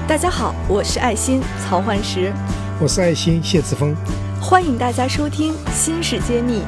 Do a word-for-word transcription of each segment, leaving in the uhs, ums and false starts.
大家好，我是爱心曹焕石， 我是爱心谢志峰， 欢迎大家收听新事揭秘。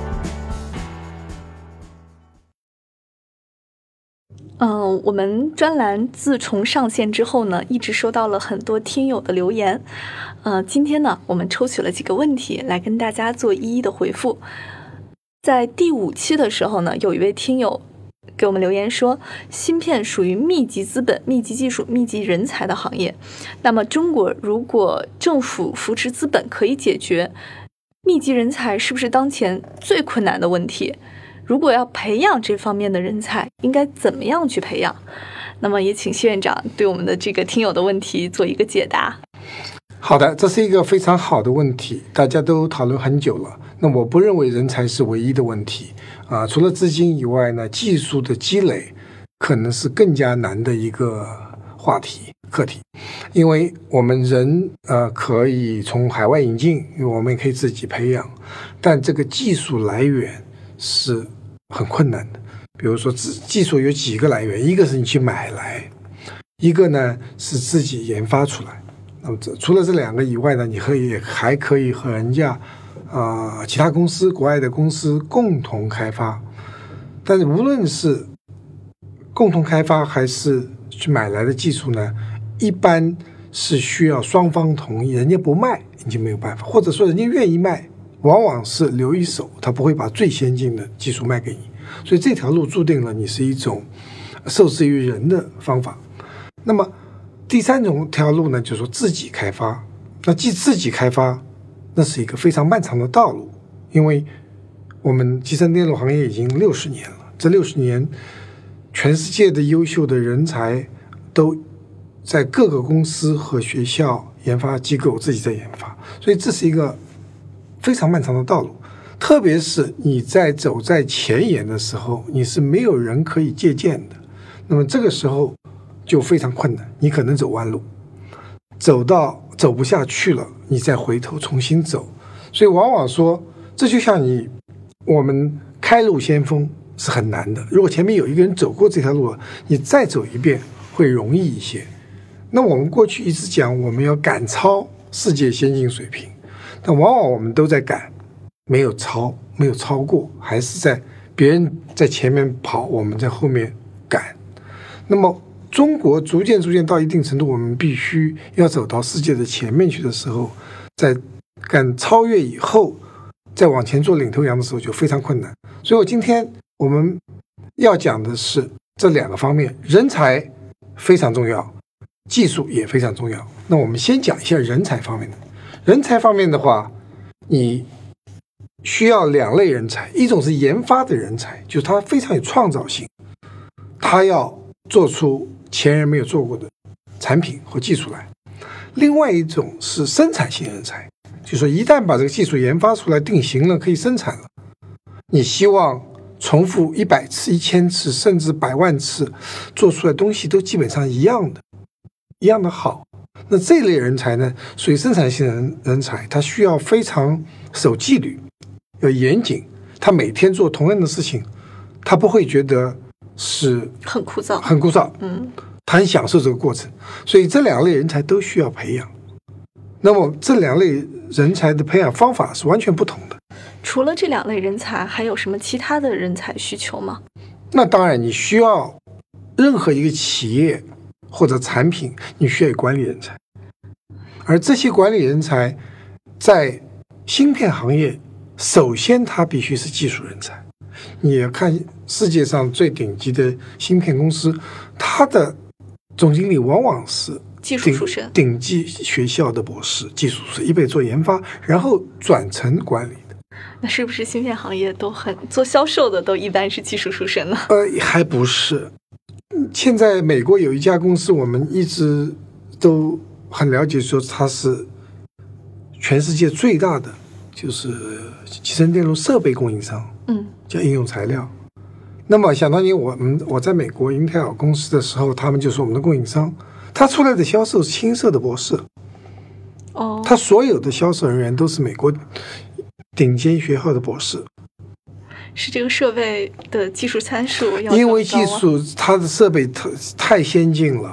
嗯，我们专栏自从上线之后呢，一直收到了很多听友的留言。呃，今天呢，我们抽取了几个问题来跟大家做一一的回复。在第五期的时候呢，有一位听友给我们留言说，芯片属于密集资本、密集技术、密集人才的行业。那么中国如果政府扶持资本可以解决，密集人才是不是当前最困难的问题？如果要培养这方面的人才，应该怎么样去培养？那么也请谢院长对我们的这个听友的问题做一个解答。 好的，这是一个非常好的问题，大家都讨论很久了。那我不认为人才是唯一的问题啊，除了资金以外呢，技术的积累可能是更加难的一个话题课题，因为我们人呃可以从海外引进，我们也可以自己培养，但这个技术来源是很困难的。比如说技术有几个来源，一个是你去买来，一个呢是自己研发出来。那么这除了这两个以外呢，你可以还可以和人家啊、呃、其他公司国外的公司共同开发。但是无论是共同开发还是去买来的技术呢，一般是需要双方同意，人家不卖你就没有办法，或者说人家愿意卖，往往是留一手，他不会把最先进的技术卖给你。所以这条路注定了你是一种受制于人的方法。那么第三种条路呢，就是说自己开发。那既自己开发，那是一个非常漫长的道路，因为我们集成电路行业已经六十年了，这六十年全世界的优秀的人才都在各个公司和学校研发机构自己在研发，所以这是一个非常漫长的道路。特别是你在走在前沿的时候，你是没有人可以借鉴的，那么这个时候就非常困难，你可能走弯路，走到走不下去了，你再回头重新走。所以往往说，这就像你我们开路先锋是很难的，如果前面有一个人走过这条路，你再走一遍会容易一些。那我们过去一直讲我们要赶超世界先进水平，但往往我们都在赶，没有超，没有超过，还是在别人在前面跑，我们在后面赶。那么中国逐渐逐渐到一定程度，我们必须要走到世界的前面去的时候，在赶超越以后，再往前做领头羊的时候就非常困难。所以我今天我们要讲的是这两个方面，人才非常重要，技术也非常重要。那我们先讲一下人才方面的。人才方面的话，你需要两类人才，一种是研发的人才，就是他非常有创造性，他要做出前人没有做过的产品或技术来。另外一种是生产性人才，就是说一旦把这个技术研发出来定型了，可以生产了，你希望重复一百次、一千次甚至百万次做出来的东西都基本上一样的一样的好。那这类人才呢，属于生产性人人才，他需要非常守纪律，要严谨，他每天做同样的事情，他不会觉得是很枯燥很枯燥嗯， 他很享受这个过程。所以这两类人才都需要培养。那么这两类人才的培养方法是完全不同的。 除了这两类人才，还有什么其他的人才需求吗？ 那当然，你需要任何一个企业或者产品，你需要有管理人才，而这些管理人才在芯片行业，首先他必须是技术人才。你要看世界上最顶级的芯片公司，他的总经理往往是技术出身， 顶级学校的博士，技术是一辈做研发，然后转成管理的。 那是不是芯片行业都很做销售的都一般是技术出身呢？ 呃，还不是。现在美国有一家公司，我们一直都很了解，说它是全世界最大的就是集成电路设备供应商， 嗯， 叫应用材料。那么想当年我们我在美国英特尔公司的时候，他们就是我们的供应商，他出来的销售是青涩的博士， 哦， 他所有的销售人员都是美国顶尖学校的博士。 是这个设备的技术参数要、啊、 因为技术它的设备太太先进了，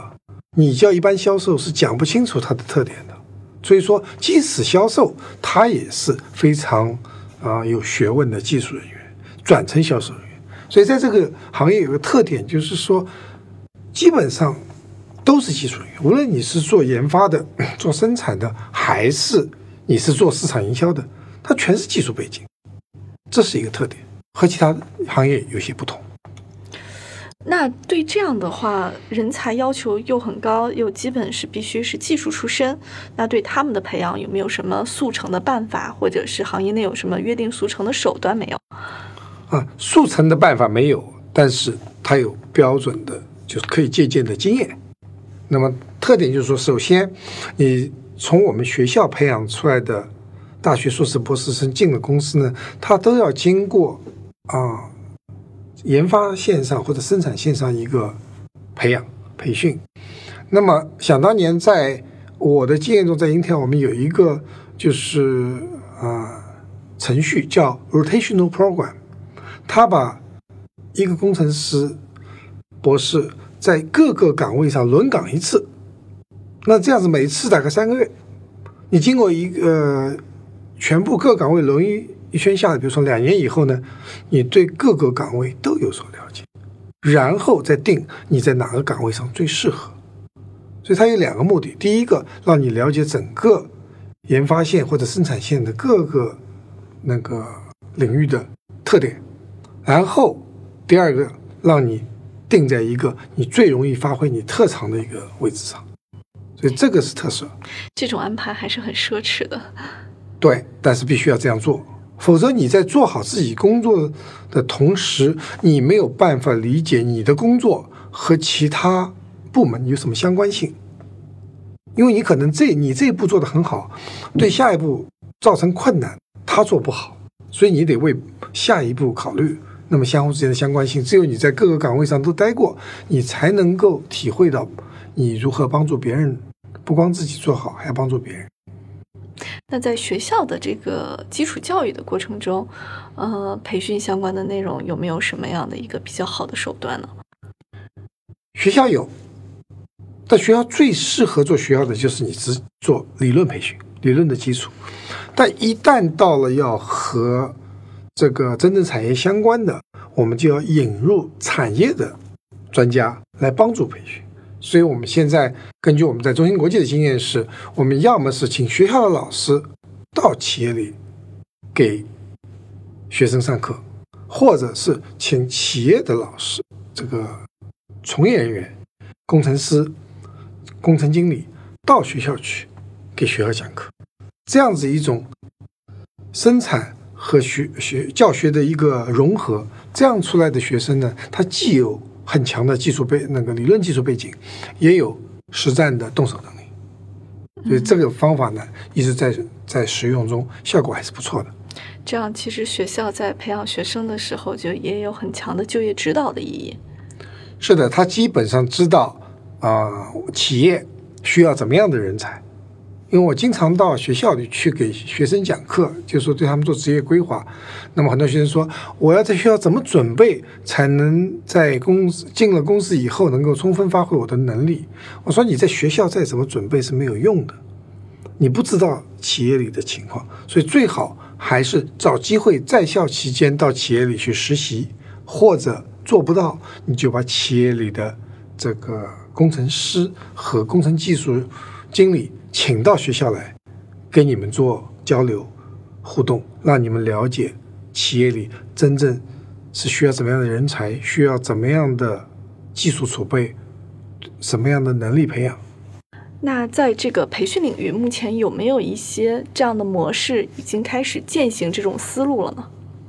你叫一般销售是讲不清楚它的特点的。所以说，即使销售，他也是非常啊、呃、有学问的技术人员，转成销售人员。所以在这个行业有个特点，就是说，基本上都是技术人员，无论你是做研发的、做生产的，还是你是做市场营销的，它全是技术背景，这是一个特点，和其他行业有些不同。 那对这样的话，人才要求又很高，又基本是必须是技术出身，那对他们的培养有没有什么速成的办法，或者是行业内有什么约定俗成的手段没有？ 啊，速成的办法没有，但是它有标准的，就是可以借鉴的经验。那么特点就是说，首先你从我们学校培养出来的大学硕士博士生进了公司呢，他都要经过啊研发线上或者生产线上一个培养培训。那么想当年在我的经验中，在 Intel 我们有一个就是啊程序叫 rotational program， 他把一个工程师博士在各个岗位上轮岗一次，那这样子每次大概三个月，你经过一个、呃、全部各岗位轮一一圈下来，比如说两年以后呢，你对各个岗位都有所了解，然后再定你在哪个岗位上最适合。所以它有两个目的，第一个让你了解整个研发线或者生产线的各个那个领域的特点，然后第二个让你定在一个你最容易发挥你特长的一个位置上。所以这个是特色。 这种安排还是很奢侈的。 对，但是必须要这样做，否则你在做好自己工作的同时，你没有办法理解你的工作和其他部门有什么相关性。因为你可能这你这一步做得很好，对下一步造成困难，他做不好，所以你得为下一步考虑。那么相互之间的相关性，只有你在各个岗位上都待过，你才能够体会到你如何帮助别人，不光自己做好，还要帮助别人。 那在学校的这个基础教育的过程中，呃，培训相关的内容有没有什么样的一个比较好的手段呢？ 学校有，但学校最适合做学校的就是你只做理论培训，理论的基础。但一旦到了要和这个真正产业相关的，我们就要引入产业的专家来帮助培训。所以我们现在根据我们在中芯国际的经验是，我们要么是请学校的老师到企业里给学生上课，或者是请企业的老师，这个从业人员、工程师、工程经理到学校去给学校讲课。这样子一种生产和学学教学的一个融合，这样出来的学生呢，他既有很强的技术背那个理论技术背景，也有实战的动手能力。所以这个方法呢，一直在在使用中，效果还是不错的。 这样其实学校在培养学生的时候，就也有很强的就业指导的意义。 是的，他基本上知道啊、呃，企业需要怎么样的人才。因为我经常到学校里去给学生讲课，就是说对他们做职业规划。那么很多学生说，我要在学校怎么准备才能在公司进了公司以后能够充分发挥我的能力？我说你在学校再怎么准备是没有用的，你不知道企业里的情况，所以最好还是找机会在校期间到企业里去实习，或者做不到你就把企业里的这个工程师和工程技术经理请到学校来跟你们做交流互动，让你们了解企业里真正是需要怎么样的人才，需要怎么样的技术储备，什么样的能力培养。 那在这个培训领域，目前有没有一些这样的模式已经开始践行这种思路了呢？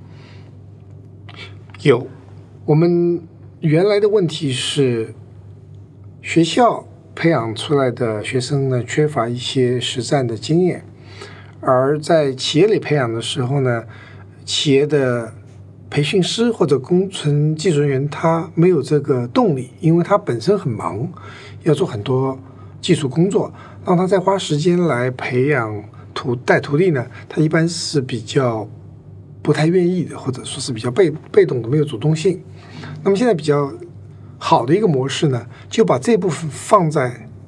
有，我们原来的问题是学校培养出来的学生呢，缺乏一些实战的经验，而在企业里培养的时候呢，企业的培训师或者工程技术人员他没有这个动力，因为他本身很忙，要做很多技术工作，让他再花时间来培养徒带徒弟呢，他一般是比较不太愿意的，或者说是比较被被动的，没有主动性。那么现在比较好的一个模式呢，就把这部分放在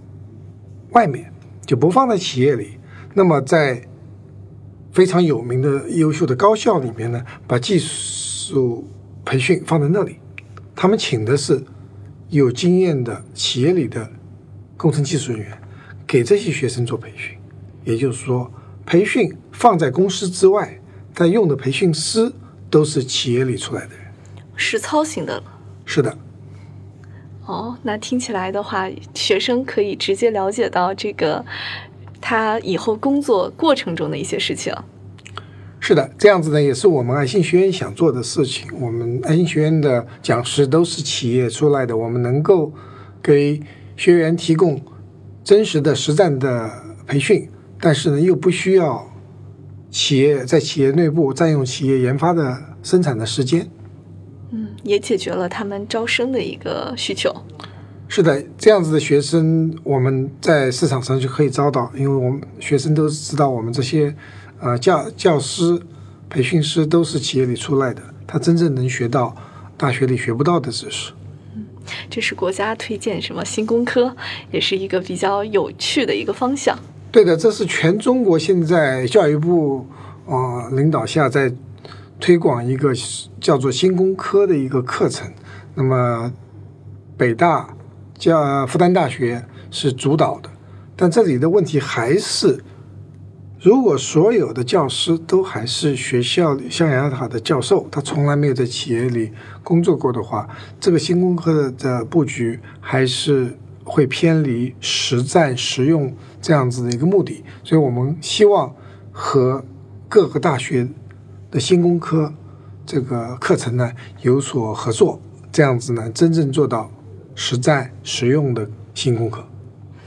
外面，就不放在企业里。那么在非常有名的优秀的高校里面呢，把技术培训放在那里，他们请的是有经验的企业里的工程技术人员，给这些学生做培训。也就是说，培训放在公司之外，但用的培训师都是企业里出来的人， 实操型的了。 是的。 哦，那听起来的话，学生可以直接了解到这个他以后工作过程中的一些事情。 是的，这样子呢，也是我们爱信学院想做的事情。我们爱信学院的讲师都是企业出来的，我们能够给学员提供真实的实战的培训，但是呢，又不需要企业在企业内部占用企业研发的生产的时间。 嗯，也解决了他们招生的一个需求。 是的，这样子的学生我们在市场上就可以招到，因为我们学生都知道我们这些呃教教师、培训师都是企业里出来的，他真正能学到大学里学不到的知识。 嗯，这是国家推荐什么新工科，也是一个比较有趣的一个方向。 对的，这是全中国现在教育部呃领导下在推广一个叫做新工科的一个课程。那么北大、加复旦大学是主导的，但这里的问题还是，如果所有的教师都还是学校里象牙塔的教授，他从来没有在企业里工作过的话，这个新工科的布局还是会偏离实战实用这样子的一个目的。所以我们希望和各个大学的新工科这个课程呢有所合作，这样子呢真正做到实战实用的新工科。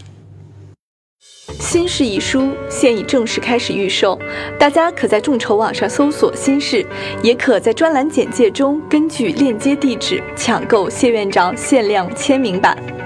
新式一书现已正式开始预售，大家可在众筹网上搜索新式，也可在专栏简介中根据链接地址抢购谢院长限量签名版。